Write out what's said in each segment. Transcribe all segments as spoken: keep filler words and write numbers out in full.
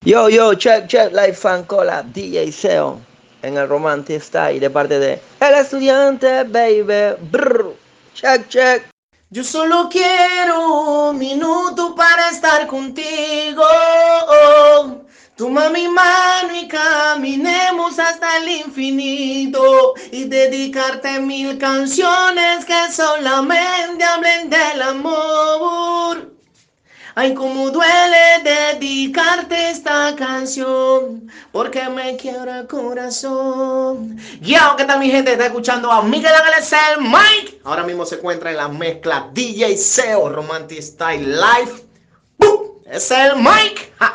Yo, yo, check, check, Live Fan Collab, D J Seo, en el Romantic Style, de parte de El Estudiante, baby, brr, check, check. Yo solo quiero un minuto para estar contigo. Toma mi mano y caminemos hasta el infinito y dedicarte mil canciones que solamente hablen del amor. Ay, cómo duele dedicarte esta canción, porque me quiebra el corazón. Yo, ¿qué tal mi gente? Está escuchando a Miguel Ángel el Mike. Ahora mismo se encuentra en la mezcla D J Seo, Romantic Style Live. ¡Bum! Es el Mike. ¡Ja!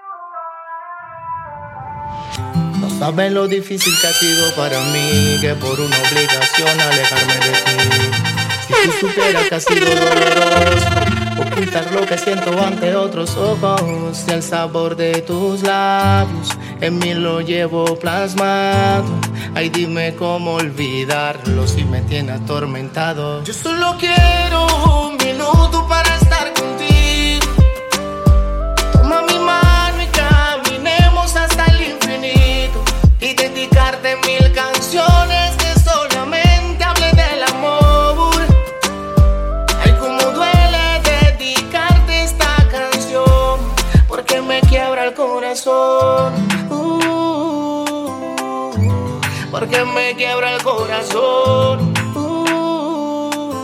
No sabes lo difícil que ha sido para mí, que por una obligación alejarme de ti. Si tú supieras que ha sido doloroso ocultar lo que siento ante otros ojos, y el sabor de tus labios en mí lo llevo plasmado. Ay, dime cómo olvidarlo si me tiene atormentado. Yo solo quiero un minuto para estar contigo. Toma mi mano y caminemos hasta el infinito y dedicarte mil canciones que solamente hable del amor. Ay, cómo duele dedicarte esta canción, porque me quiebra el corazón. Uh, porque me quiebra el corazón. Uh.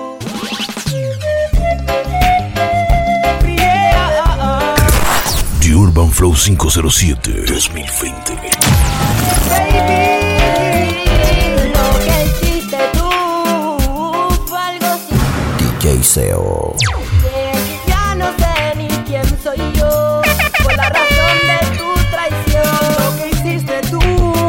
The Urban Flow quinientos siete dos mil veinte. Baby, lo que hiciste tú fue algo sin D J Seo. que ya no sé ni quién soy yo, por la razón de tu traición. Lo que hiciste tú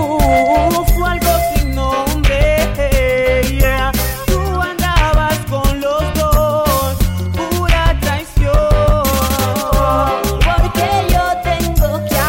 fue algo sin nombre, yeah. Tú andabas con los dos, pura traición. Porque yo tengo que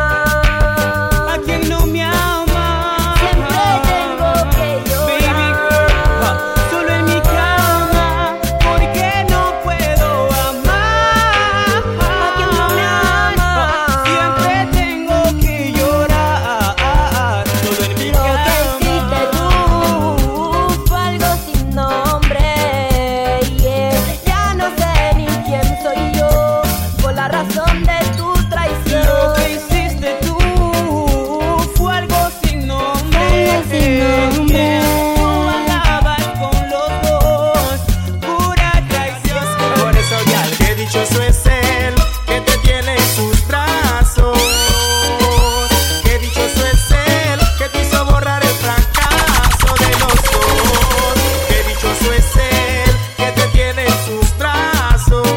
amar A quien no me ama, siempre tengo que baby girl, llorar. solo en mi cama, porque no puedo amar A quien no me ama, siempre tengo que llorar, solo en mi lo que hiciste cama. tú fue algo sin nombre, yeah. Ya no sé ni quién soy yo, por la razón de tu Lo traición. que hiciste tú fue algo sin nombre, Algo sin nombre. yeah. Tú andabas con los dos, pura traición. Por eso ya que dichoso es él que te tiene en sus brazos. Que dichoso es él que te hizo borrar el fracaso de los dos. Que dichoso es él que te tiene en sus brazos.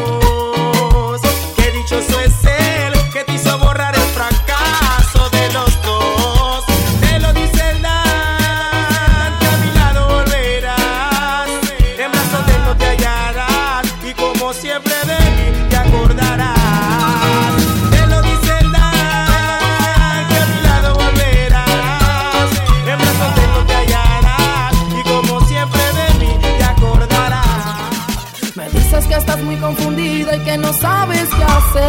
Que dichoso es él que te hizo borrar el fracaso de los dos. Te lo dice el Dan, que a mi lado volverás. En brazos de él no te hallarás, y como siempre de mí te acordarás. Te lo dice el Dan, que a mi lado volverás. En brazos de él no te hallarás, y como siempre de mí te acordarás. Me dices que estás muy confundida y que no sabes qué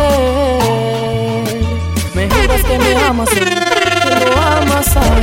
hacer. Me juras que me amas, que lo amas a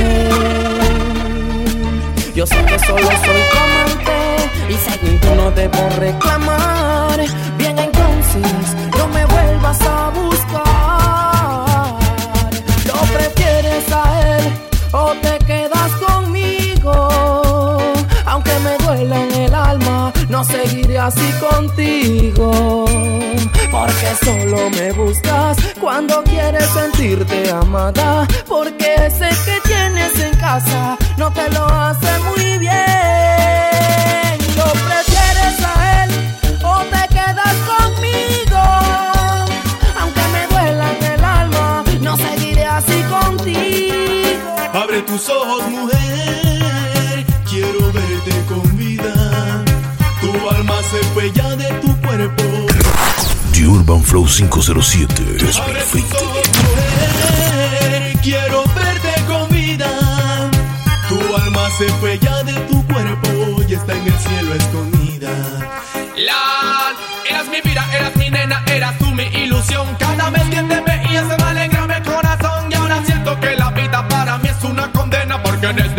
él. Yo sé que solo soy tu amante y según tú no debo reclamar. Bien, entonces no me vuelvas a buscar. ¿Lo prefieres a él o te quedas conmigo? Aunque me duela en el alma, no seguiré así contigo. Porque solo me buscas cuando quieres sentirte amada. Porque ese que tienes en casa no te lo hace muy bien. ¿Lo prefieres a él o te quedas conmigo? Aunque me duela en el alma, no seguiré así contigo. Abre tus ojos, mujer, quiero verte con vida. Tu alma se fue ya de tu cuerpo. The Urban Flow quinientos siete dos mil Abre tus veinte. ojos, mujer, quiero verte con vida. Tu alma se fue ya de tu cuerpo y está en el cielo escondida. La, eras mi vida, eras mi nena, eras tú mi ilusión. Cada vez que te veía se me alegra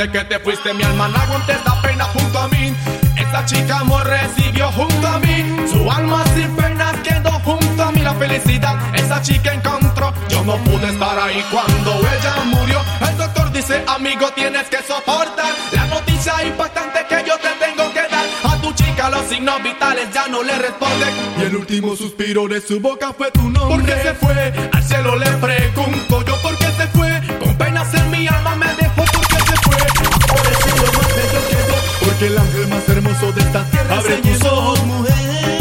Desde que te fuiste mi alma no aguanté esta pena junto a mí. Esta chica amor recibió junto a mí. Su alma sin penas quedó junto a mí. La felicidad esa chica encontró. Yo no pude estar ahí cuando ella murió. El doctor dice, amigo, tienes que soportar la noticia impactante que yo te tengo que dar. A tu chica los signos vitales ya no le responden. Y el último suspiro de su boca fue tu nombre. ¿Por qué se fue? Al cielo le pregunto yo por qué se fue. Con penas en mi alma me dejó. ¿Por qué se fue? Por el cielo más bello quedó. Porque el ángel más hermoso de esta tierra abre tus llevó. ojos, mujer.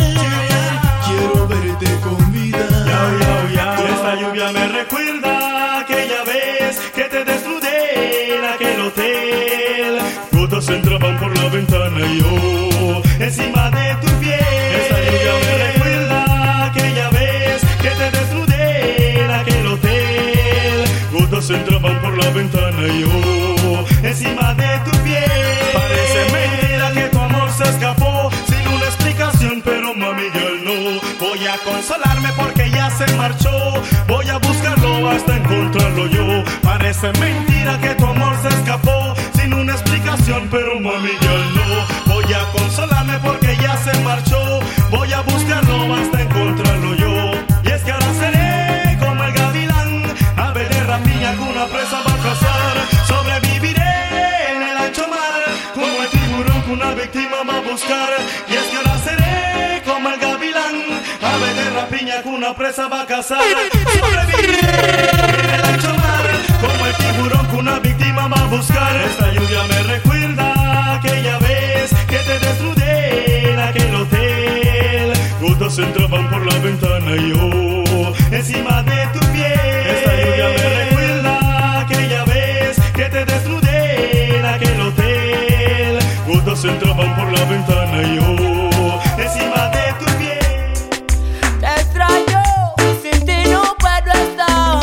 Quiero verte con vida. Ya, ya, ya. Esta lluvia me recuerda aquella vez que te desnudé en aquel hotel. Gotas entraban por la ventana y yo encima de tu piel. Esta lluvia me recuerda aquella vez que te desnudé en aquel hotel. Gotas entraban por la ventana y yo encima de tu piel. Parece mentira que tu amor se escapó sin una explicación, pero mami yo no. Voy a consolarme porque ya se marchó. Voy a buscarlo hasta encontrarlo yo. Parece mentira que tu amor se escapó sin una explicación, pero mami yo no. Voy a consolarme porque ya se marchó. Voy a buscarlo hasta encontrarlo yo. Y es que ahora seré como el gavilán, ave de rapiña que una presa va a cazar. Sobreviviré en el ancho mar como el tiburón que una víctima va a buscar. Y es que ahora seré como el gavilán, ave de rapiña que una presa va a cazar. Sobreviviré en el ancho mar como el tiburón que una víctima va a buscar. Esta lluvia me recuerda aquella vez que te desnudé en aquel hotel. Gotas entraban por la ventana y yo encima de tu piel. Esta lluvia me recuerda aquella vez que te desnudé en aquel hotel. Gotas entraban por la ventana y yo encima de tu piel. Te extraño y sin ti no puedo estar.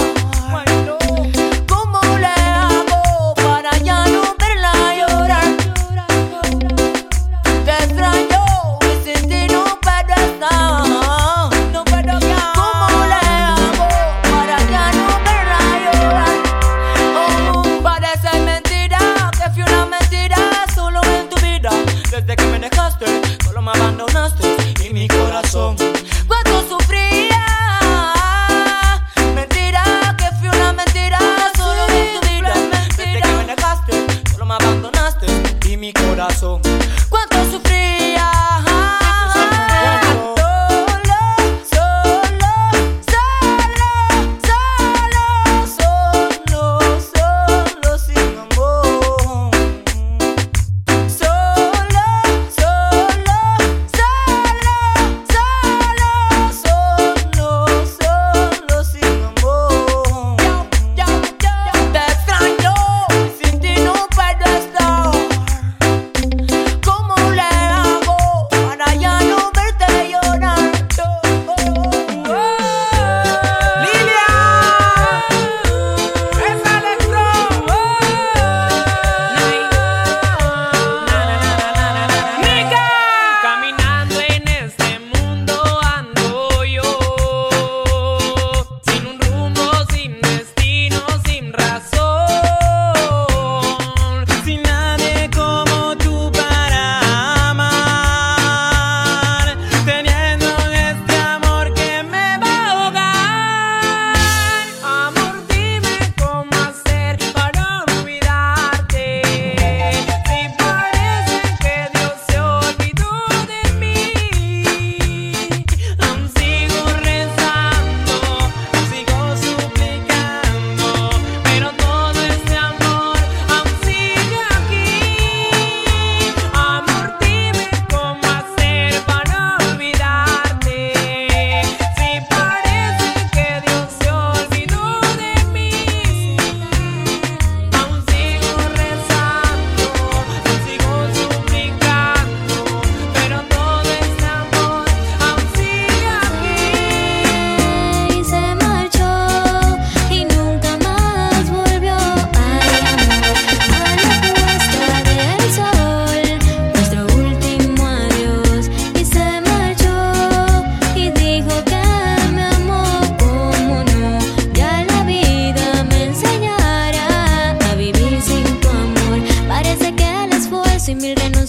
¿Cómo le hago para ya no verla llorar? Te extraño y sin ti no puedo estar. ¿Cómo le hago para ya no verla llorar? Oh, parece mentira que fui una mentira solo en tu vida. Desde que me dejaste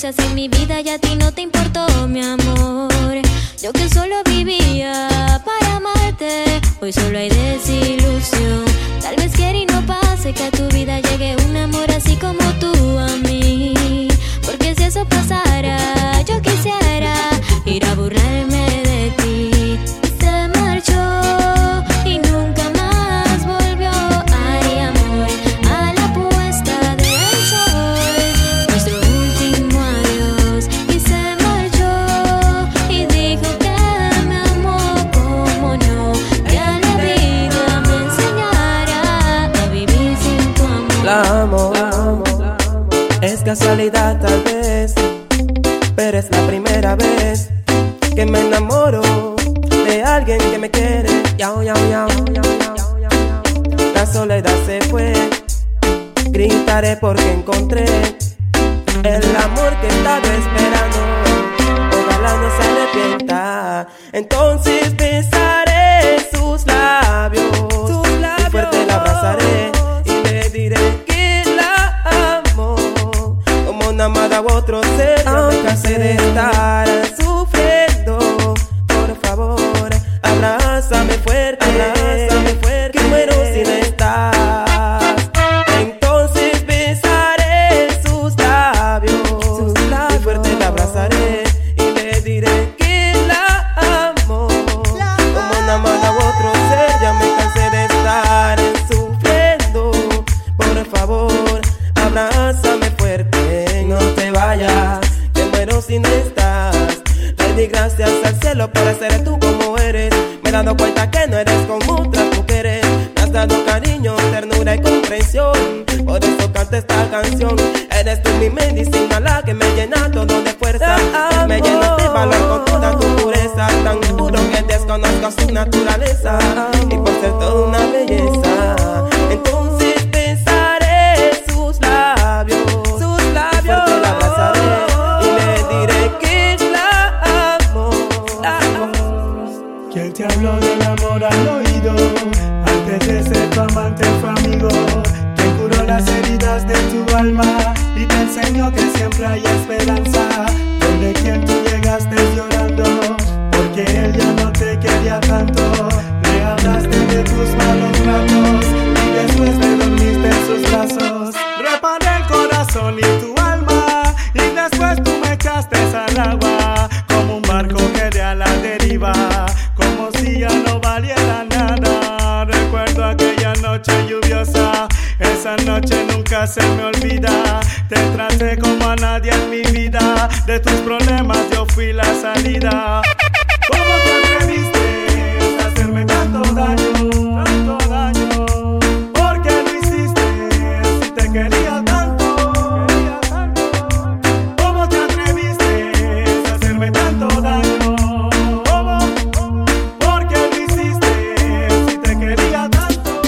escuchas en mi vida y a ti no te importó, mi amor. Yo que solo vivía para amarte, hoy solo hay desilusión. Tal vez quiera y no pase que a tu vida llegue un amor así como tú a mí. Porque si eso pasara, yo quisiera ir a burlarme de ti. Se marchó y nunca más volvió. Ay, amor, a la puesta del sol, nuestro último adiós. Y se marchó y dijo que me amó, como no, que a la vida me enseñara a vivir sin tu amor. La amo, la amo, la amo. Es casualidad tal vez, pero es la primera vez que me enamoro de alguien que me quiere. Yao, yao, yao, yao, yao, yao. La soledad se fue, gritaré porque encontré el amor que estaba esperando. Ojalá no se arrepienta. Entonces besaré sus labios, sus labios. Y fuerte la abrazaré y le diré que la amo como una amada u otro ser. No me cansé de estar sufriendo. Por favor, abrázame fuerte, abrázame fuerte, que muero sin estar. Entonces besaré sus labios, sus labios. Y fuerte la abrazaré y le diré que la amo como una amada u otro ser. Ya me cansé de estar sufriendo. Por favor, abrázame fuerte, no te vayas, que muero si no estás. Le di gracias al cielo por ser tú como eres. Me he dado cuenta que no eres como otras mujeres. Me has dado cariño, ternura y comprensión. Por eso canto esta canción. Eres tú mi medicina, la que me llena todo de fuerza. Me llenas de valor con toda tu pureza. Tan puro que desconozco su naturaleza. Y por ser toda una belleza. Entonces besaré sus labios, sus labios. Fuerte la abrazaré y le diré que la amo, la amo. ¿Quién te habló del amor al oído? Antes de ser tu amante fue amigo. ¿Quién curó las heridas de tu alma? Y te enseñó que siempre hay esperanza. Donde quien tú llegaste llorando, porque él ya no te quería tanto. Le hablaste de tus malos ratos y después te dormiste en sus brazos. Reparé el corazón y tu alma, y después tú me echaste al agua, como un barco que de a la deriva, como si ya no valiera nada. Recuerdo aquella noche lluviosa, esa noche nunca se me olvida. Te traté como a nadie en mi vida, de tus problemas yo fui la salida. ¿Cómo te atreviste a hacerme tanto daño, tanto daño? ¿Por qué lo hiciste si te quería tanto, quería tanto? ¿Cómo te atreviste a hacerme tanto daño? ¿Cómo? ¿Por qué lo hiciste si te quería tanto?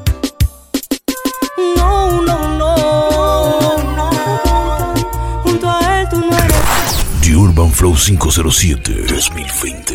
No, no, no, no. Junto a él tú no eres. The Urban Flow quinientos siete dos mil veinte.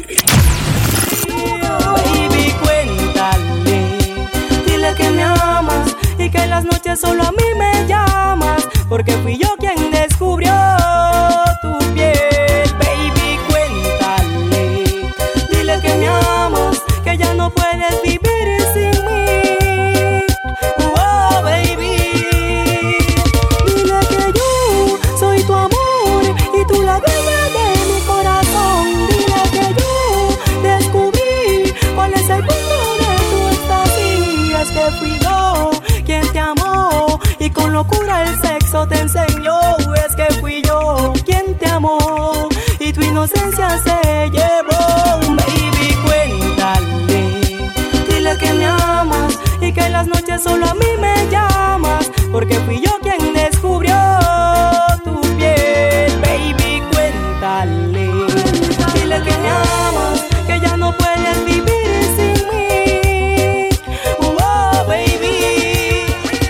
Baby, cuéntale, dile que me amas y que en las noches solo a mí me llamas, porque fui yo quien descubrió tu piel. Baby, cuéntale, dile que me amas, que ya no puedes vivir sin mí. Oh, baby, dile que yo soy tu amor y tú la dueña de mi corazón. Dile que yo descubrí cuál es el punto de tu éxtasis. Es que fui yo quien te amó y con locura el sexo te enseñó. Es que fui yo quien te amó y tu inocencia se llevó. Baby, cuéntale, dile que me amas y que en las noches solo a mí me llamas, porque fui yo quien descubrió tu piel. Baby, cuéntale, dile que me amas, que ya no puedes vivir sin mí. Oh, baby.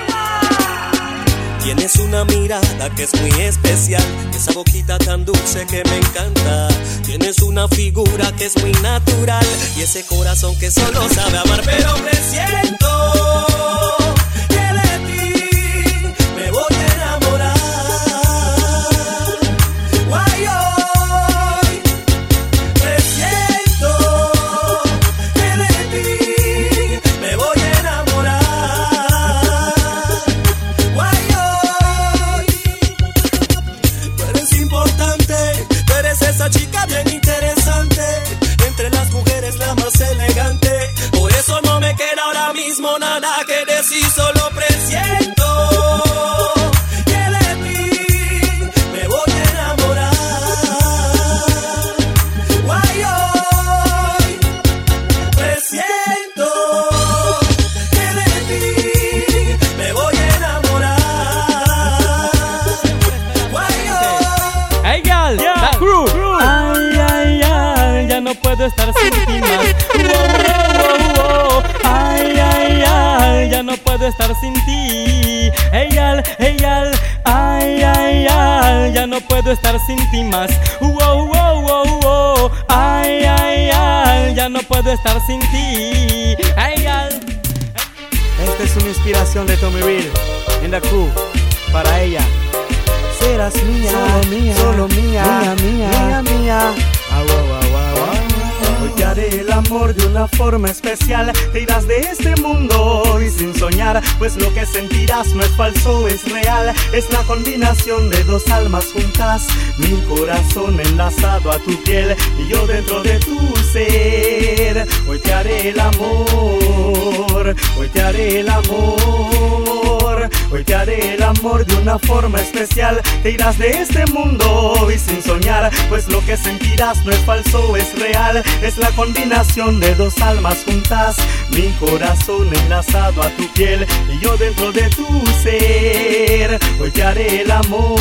Tienes una mirada que es muy especial, esa boquita tan dulce que me encanta. Tienes una figura que es muy natural y ese corazón que solo sabe amar. Pero presiento que de ti me voy a enamorar. nada que decir, solo presiento que de ti me voy a enamorar. Guay, hoy presiento que de ti me voy a enamorar. Guay, hoy. Hey, gal, Yeah. the crew. Ay, ay, ay, ya no puedo estar sin ti más. Wow, wow, wow, wow. Ay, ay, ay, ya no puedo estar sin ti. Hey, gal, hey, gal. Ay, ay, ay, ya no puedo estar sin ti más. Wow, wow, wow, wow. Ay, ay, ay, ya no puedo estar sin ti. Hey, gal. Esta es una inspiración de Tommy Real en la crew para ella. Serás mía, solo mía, solo mía, mía, mía, mía, mía. Ah, wow, wow, wow, wow. Hoy te haré el amor de una forma especial. Te irás de este mundo y sin soñar, pues lo que sentirás no es falso, es real. Es la combinación de dos almas juntas, mi corazón enlazado a tu piel y yo dentro de tu ser. Hoy te haré el amor, hoy te haré el amor, hoy te haré el amor de una forma especial. Te irás de este mundo y sin soñar, pues lo que sentirás no es falso, es real. Es la combinación de dos almas juntas, mi corazón enlazado a tu piel y yo dentro de tu ser. Hoy te haré el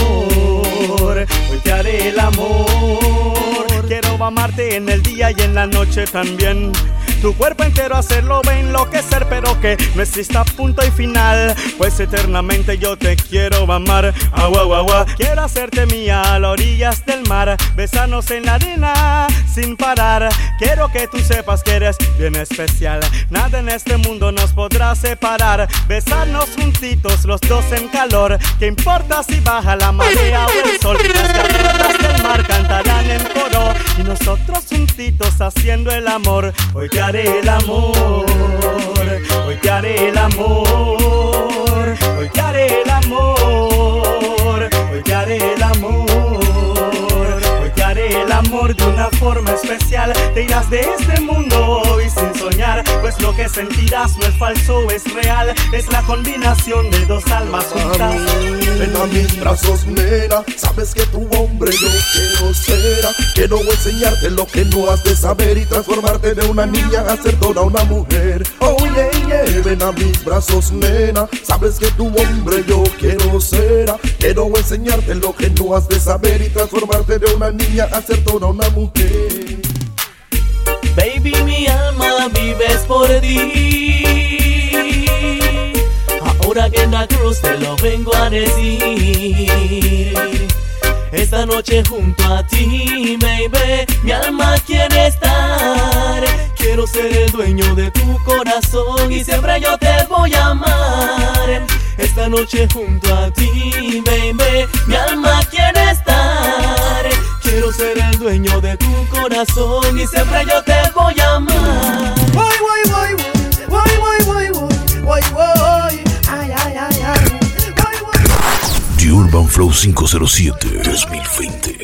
amor, hoy te haré el amor. Quiero amarte en el día y en la noche también. Tu cuerpo entero hacerlo va a enloquecer, pero que no exista punto y final, pues eternamente yo te quiero amar. Agua, agua, agua. Quiero hacerte mía a las orillas del mar, besarnos en la arena sin parar. Quiero que tú sepas que eres bien especial, nada en este mundo nos podrá separar. Besarnos juntitos los dos en calor, ¿qué importa si baja la marea o el sol? Las gaviotas del mar cantarán en coro y nosotros juntitos haciendo el amor. Hoy te haré el amor, hoy te haré el amor, hoy te haré el amor, hoy te haré el amor, hoy te haré el amor de una forma especial. Te irás de este mundo y sin soñar, pues lo que sentirás no es falso, es real. Es la combinación de dos almas juntas. Ven a mis brazos, nena, sabes que tu hombre yo quiero ser. Quiero enseñarte lo que no has de saber y transformarte de una niña a ser toda una mujer. Oh yeah, yeah, ven a mis brazos, nena, sabes que tu hombre yo quiero ser. Quiero enseñarte lo que no has de saber y transformarte de una niña a ser toda una mujer. Baby, mi alma vives por ti. Ahora que en la cruz te lo vengo a decir. Esta noche junto a ti, baby, mi alma quiere estar. Quiero ser el dueño de tu corazón y siempre yo te voy a amar. Esta noche junto a ti, baby, mi alma quiere estar. Quiero ser el dueño de tu corazón y siempre yo te voy a amar. Voy, voy, voy, voy, voy, voy, voy, voy, voy, ay, ay, ay, ay. The Urban Flow quinientos siete dos mil veinte.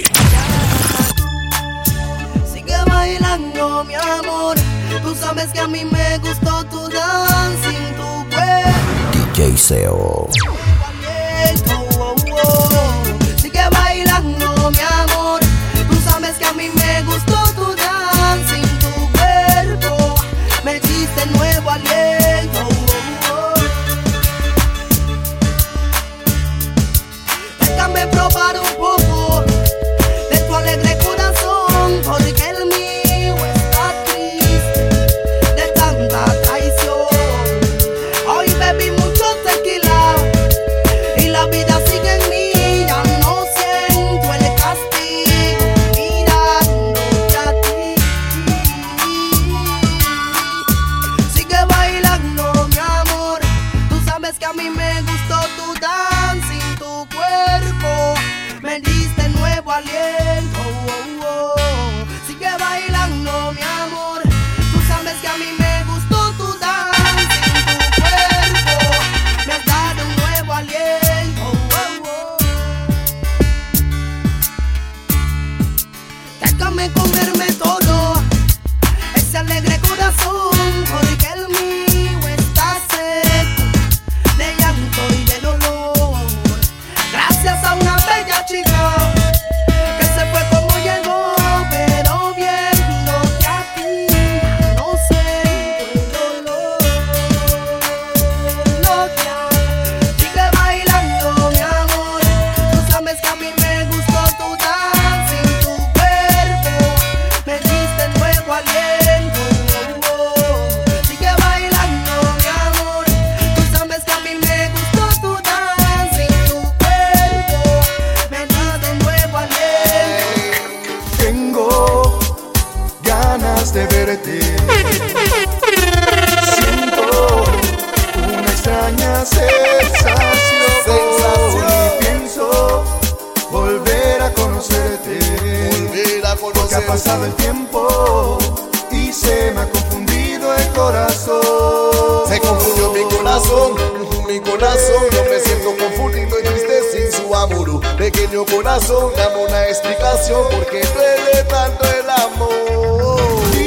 Sigue bailando, mi amor. Tú sabes que a mí me gustó tu dancing, tu cuerpo. D J Seo. Oh, oh, oh. Sigue bailando, mi amor. Tú sabes que a mí me gustó tu dancing, tu cuerpo. Me diste nuevo aliento. Oh, oh. Déjame probar un poco de tu alegre corazón, porque el mío está triste de tanta traición. Hoy bebí mucho tequila y la vida sigue en mí. Ya no siento el castigo mirándote a ti. Sigue bailando, mi amor. Tú sabes que a mí me gustó tu dancing, tu cuerpo. Me diste nuevo aliento. Oh, oh, oh. Sigue bailando, mi amor. Tú sabes que a mí me gustó tu dancing, tu cuerpo. Me has dado un nuevo aliento. Oh, oh. Déjame comerme todo ese alegre corazón, porque el mío está una sensación, sensación. Y pienso volver a conocerte, volver a conocerte. Porque ha pasado el tiempo y se me ha confundido el corazón. Se confundió mi corazón, mi corazón. Yo me siento confundido y triste sin su amor. Pequeño corazón, dame una explicación porque duele tanto el amor.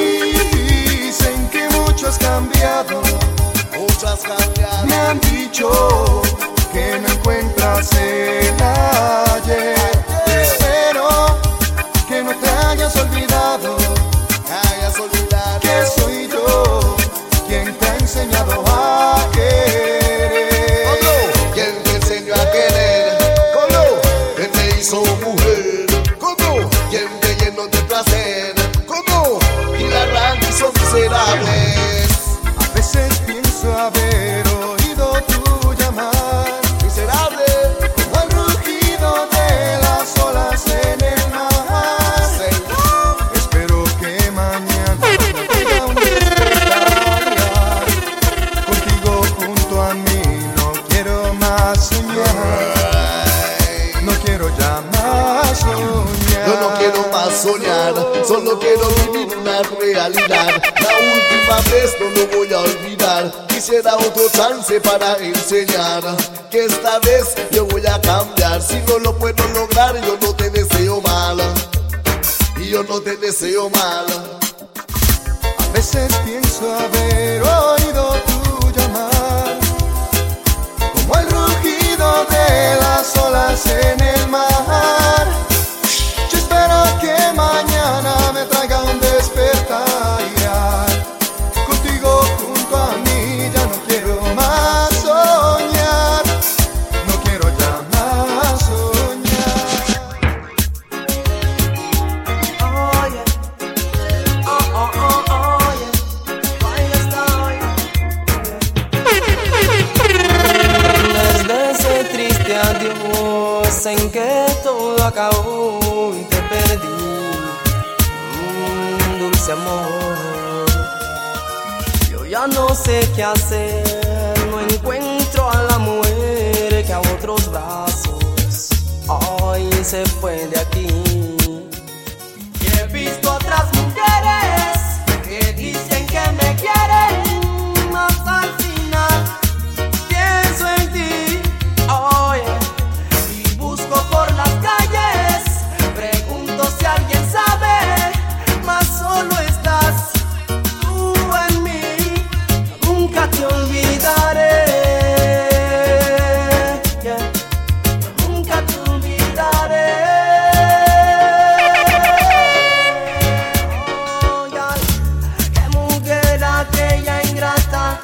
Dicen que mucho has cambiado, mucho has cambiado. Me han dicho que me encuentras en ayer. Espero que no te hayas olvidado, hayas olvidado que soy yo quien te ha enseñado a querer. ¿Cómo? ¿Quién te enseñó a querer? ¿Cómo? ¿Quién te hizo mujer? ¿Cómo? ¿Quién te llenó de placer? ¿Cómo? Y la gran hizo miserables. A veces pienso haber oído tu llamar, miserable, como el rugido de las olas en el mar. Señor, espero que mañana me traiga un despertar. Contigo junto a mí no quiero más soñar, no quiero ya más soñar. Yo no quiero más soñar, solo quiero vivir una realidad. La última vez no lo voy a olvidar. Quisiera otro chance para enseñar que esta vez yo voy a cambiar. Si no lo puedo lograr, yo no te deseo mal, y yo no te deseo mal. A veces pienso haber oído tu llamar, como el rugido de las olas en el mar. Yo espero que mañana me traiga un despertar. Contigo junto a mí ya no quiero más soñar, no quiero ya más soñar. Oh yeah, oh oh oh oh yeah, baila esta. Desde ese triste adiós en que todo acabó y te perdí, mm, dulce amor. Ya no sé qué hacer, no encuentro a la mujer que a otros brazos hoy se fue de aquí. Y he visto otras mujeres que dicen que me quieren, mas al final pienso en ti, oh yeah. Y busco por las calles, pregunto si alguien sabe, mas solo estás tú en mí. Nunca te olvidaré, yeah. Nunca te olvidaré. Oh, yeah. Qué mujer aquella ingrata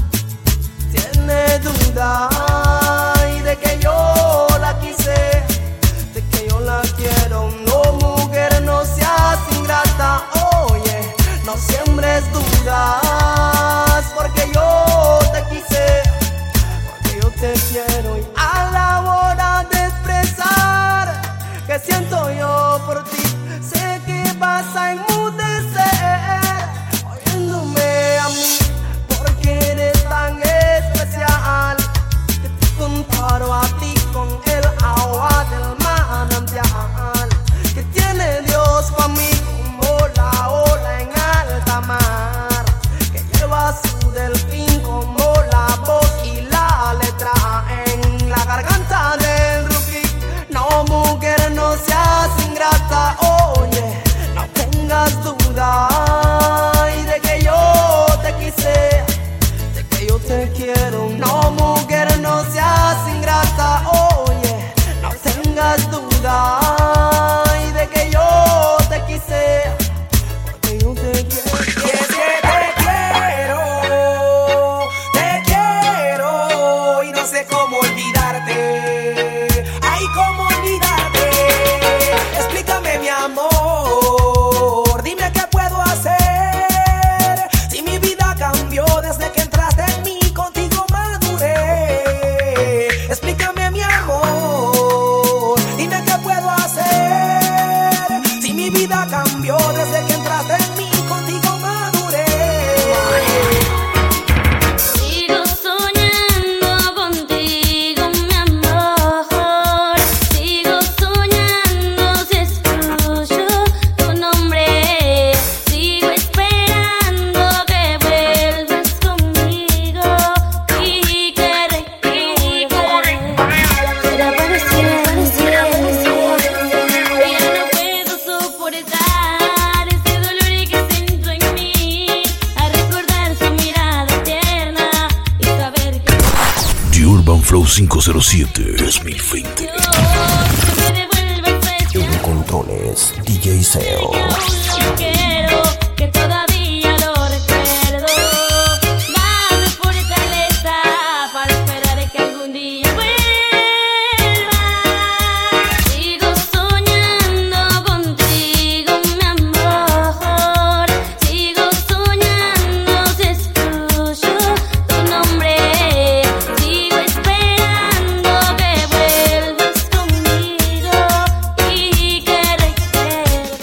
tiene duda y de que yo la quise, de que yo la quiero. No, mujer, no seas ingrata, oye, no siembres dudas, porque yo te quise, porque yo te quiero. Y a la hora de expresar que siento yo por ti, sé que vas a enmudecer oyéndome a mí, porque eres tan especial que te comparo a ti con el agua del manantial que tiene Dios para mí, como la ola en alta mar, que lleva su delfín como la voz y la letra en la garganta del rookie. No, mujer, no seas ingrata, The Urban Flow quinientos siete dos mil veinte. En controles, D J Seo. Quiero que todavía lo recuerdo. Dame fortaleza para esperar que algún día vuelva. Sigo soñando contigo, mi amor. Sigo soñando si escucho tu nombre. Sigo esperando que vuelvas conmigo y que recuerdes.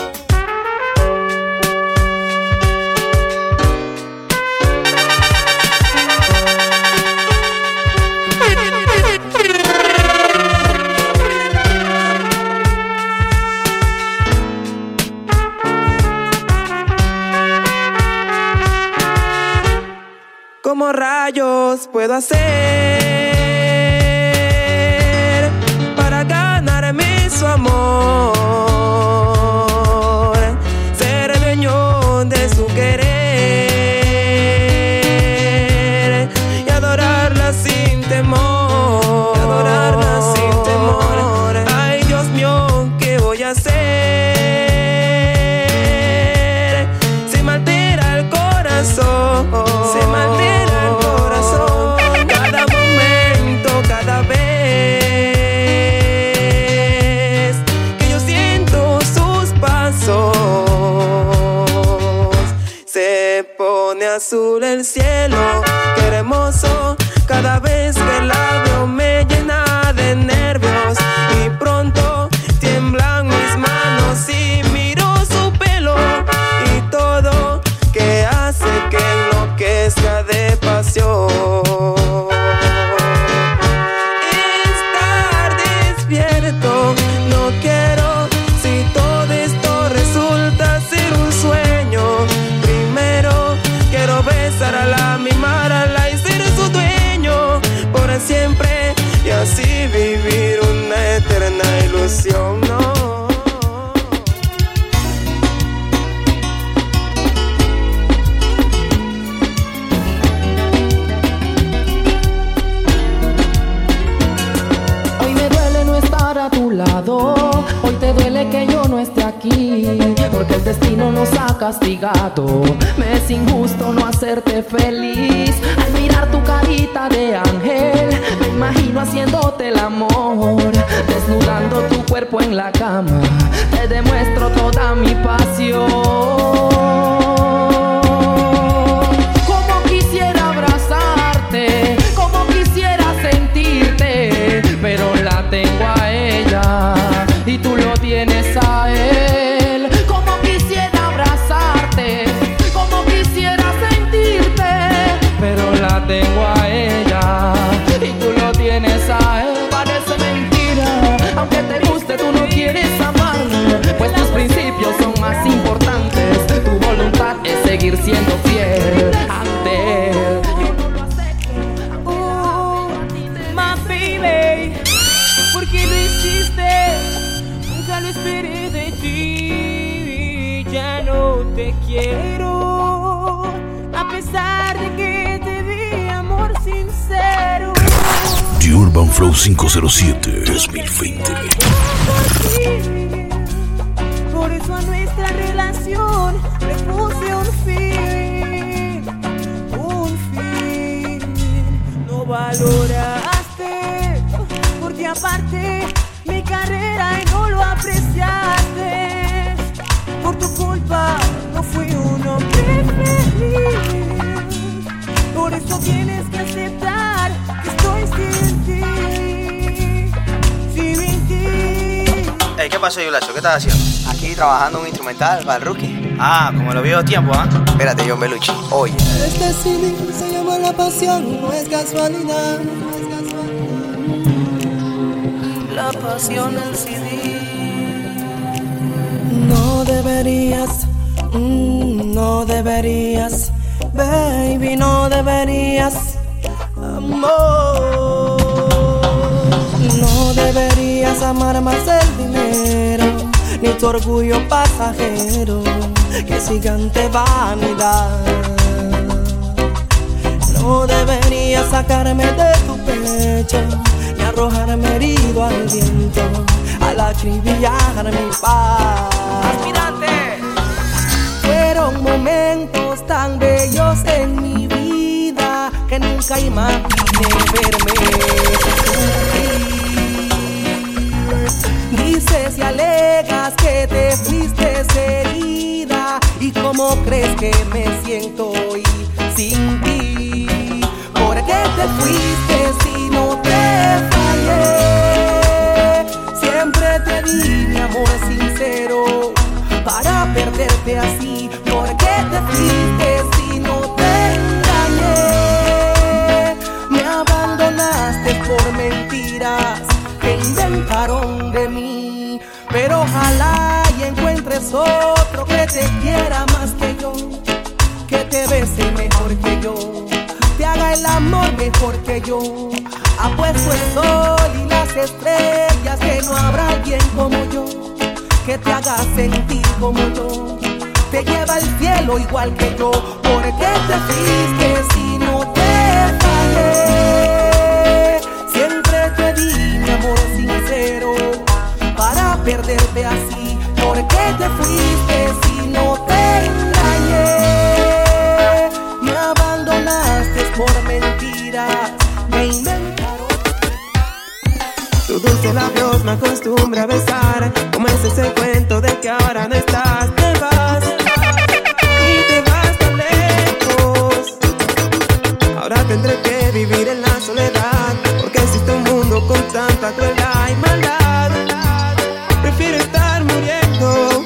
¿Cómo rayos puedo hacer para ganarme su amor? Ser dueño de su querer y adorarla sin temor. Y adorarla sin temor. Ay, Dios mío, ¿qué voy a hacer? Se me altera el corazón. Se me altera el corazón. Cada momento, cada vez que yo siento sus pasos, se pone azul el cielo. Qué hermoso. Cada vez que la veo me llena de nervios y pronto tiemblan mis manos y miro su pelo y todo que hace que enloquezca de pasión. Estar despierto no quiero si todo esto resulta ser un sueño. Primero quiero besarla, mimarla y ser su dueño por siempre y así vivir una eterna ilusión. No. Hoy me duele no estar a tu lado, hoy te duele que yo no esté aquí, porque el destino nos ha castigado. Me es injusto no hacerte feliz. Al mirar tu carita de ángel, me imagino haciéndote el amor, desnudando tu cuerpo en la cama. Te demuestro toda mi pasión. Como quisiera abrazarte, como quisiera sentirte, pero la tengo a ella y tú lo tienes a él. Como quisiera abrazarte, como quisiera sentirte, pero la tengo a ella y tú lo tienes a él. Parece mentira, aunque te guste tú no quieres amar, pues tus principios son más importantes. Tu voluntad es seguir siendo fiel ante él. Oh, my baby, ¿por qué lo hiciste? Nunca lo esperé de ti. Ya no te quiero, a pesar de que te di amor sincero. The Urban Flow quinientos siete dos mil veinte. Por eso a nuestra relación le puse un fin, un fin. No valoraste, porque aparte mi carrera y no lo apreciaste. Por tu culpa no fui un hombre feliz. Por eso tienes que aceptar que estoy sin ti, sin ti. Hey, ¿qué pasó, Yulacho? ¿Qué estás haciendo? Aquí trabajando un instrumental para el rookie. Ah, como lo vio tiempo, ¿ah? ¿eh? Espérate, John Belushi. Oye. Este C D se llama La Pasión, no es casualidad. La pasión del C D. No deberías, mm, no deberías, baby, no deberías, amor. No deberías amar más el dinero, ni tu orgullo pasajero, que gigante vanidad. No deberías sacarme de tu pecho acribillar mi paz. Aspirante. Fueron momentos tan bellos en mi vida que nunca imaginé verme sufrir. Dices y alegas que te fuiste herida, y cómo crees que me siento hoy sin ti. ¿Por qué te fuiste si no te fallé? Siempre te di mi amor sincero para perderte así. ¿Por qué te fuiste si no te engañé? Me abandonaste por mentiras que inventaron de mí. Pero ojalá y encuentres otro que te quiera más que yo, que te bese mejor que yo, te haga el amor mejor que yo. Ha puesto el sol y las estrellas que no habrá alguien como yo, que te haga sentir como yo, te lleva al cielo igual que yo. ¿Por qué te fuiste si no te fallé? Siempre te di mi amor sincero para perderte así. ¿Por qué te fuiste si no te engañé? Me abandonaste por mentiras, me inventaron. Tu dulce labios me acostumbra a besar. Como es ese cuento de que ahora no estás, te vas y te vas tan lejos. Ahora tendré que vivir en la soledad, porque existe un mundo con tanta crueldad y maldad. Prefiero estar muriendo,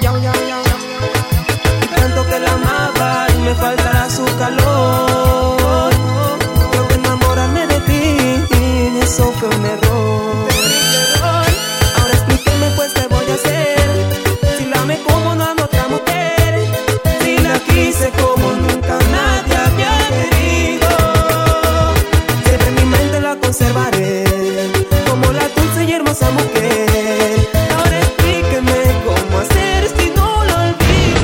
tanto que la amaba y me faltará su calor. Creo que enamorarme de ti, eso fue un error. Ahora explíqueme pues qué voy a hacer, si la amé como no amo otra mujer, si la quise como nunca nadie había querido. Siempre en mi mente la conservaré como la dulce y hermosa mujer. Ahora explíqueme cómo hacer si no lo olvido.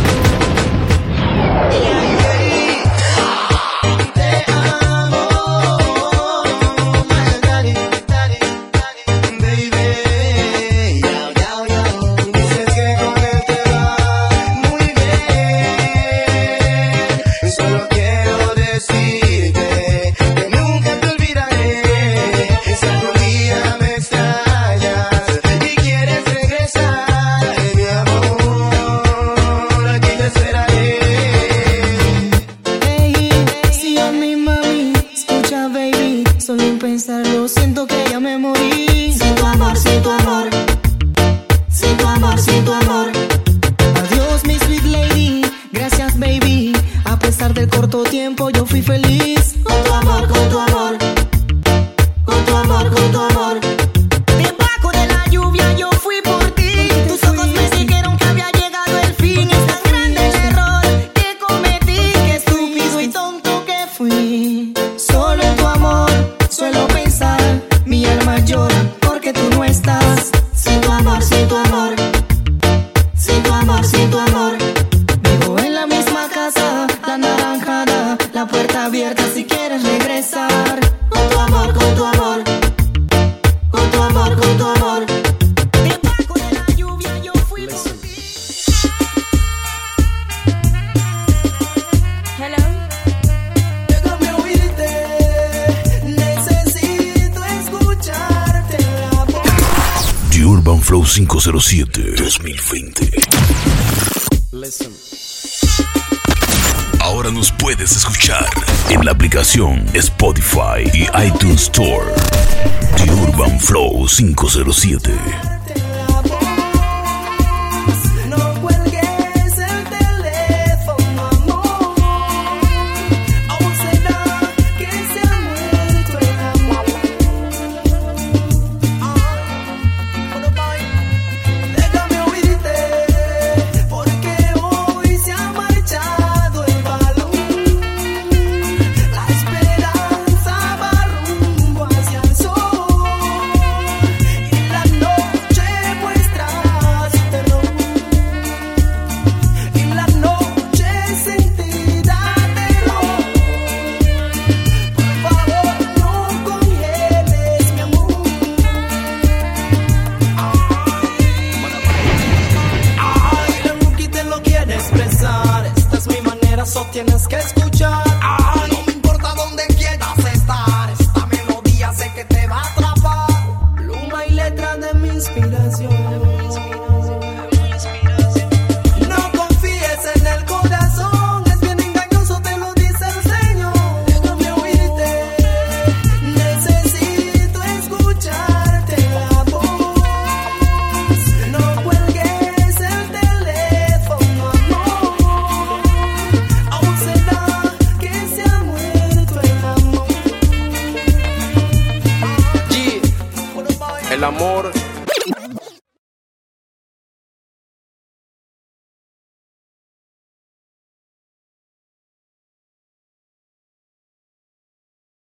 Flow quinientos siete dos mil veinte. Listen. Ahora nos puedes escuchar en la aplicación Spotify y iTunes Store. The Urban Flow quinientos siete. tienes que escuchar. Ah, no me importa dónde quieras estar. Esta melodía sé que te va a atrapar. Pluma y letra de mi inspiración. No confíes en el corazón, es bien engañoso, te lo dice el Señor. Déjame oírte, necesito escucharte la voz. No cuelgues el teléfono, amor. Aún será que se ha muerto el amor. Yeah. El amor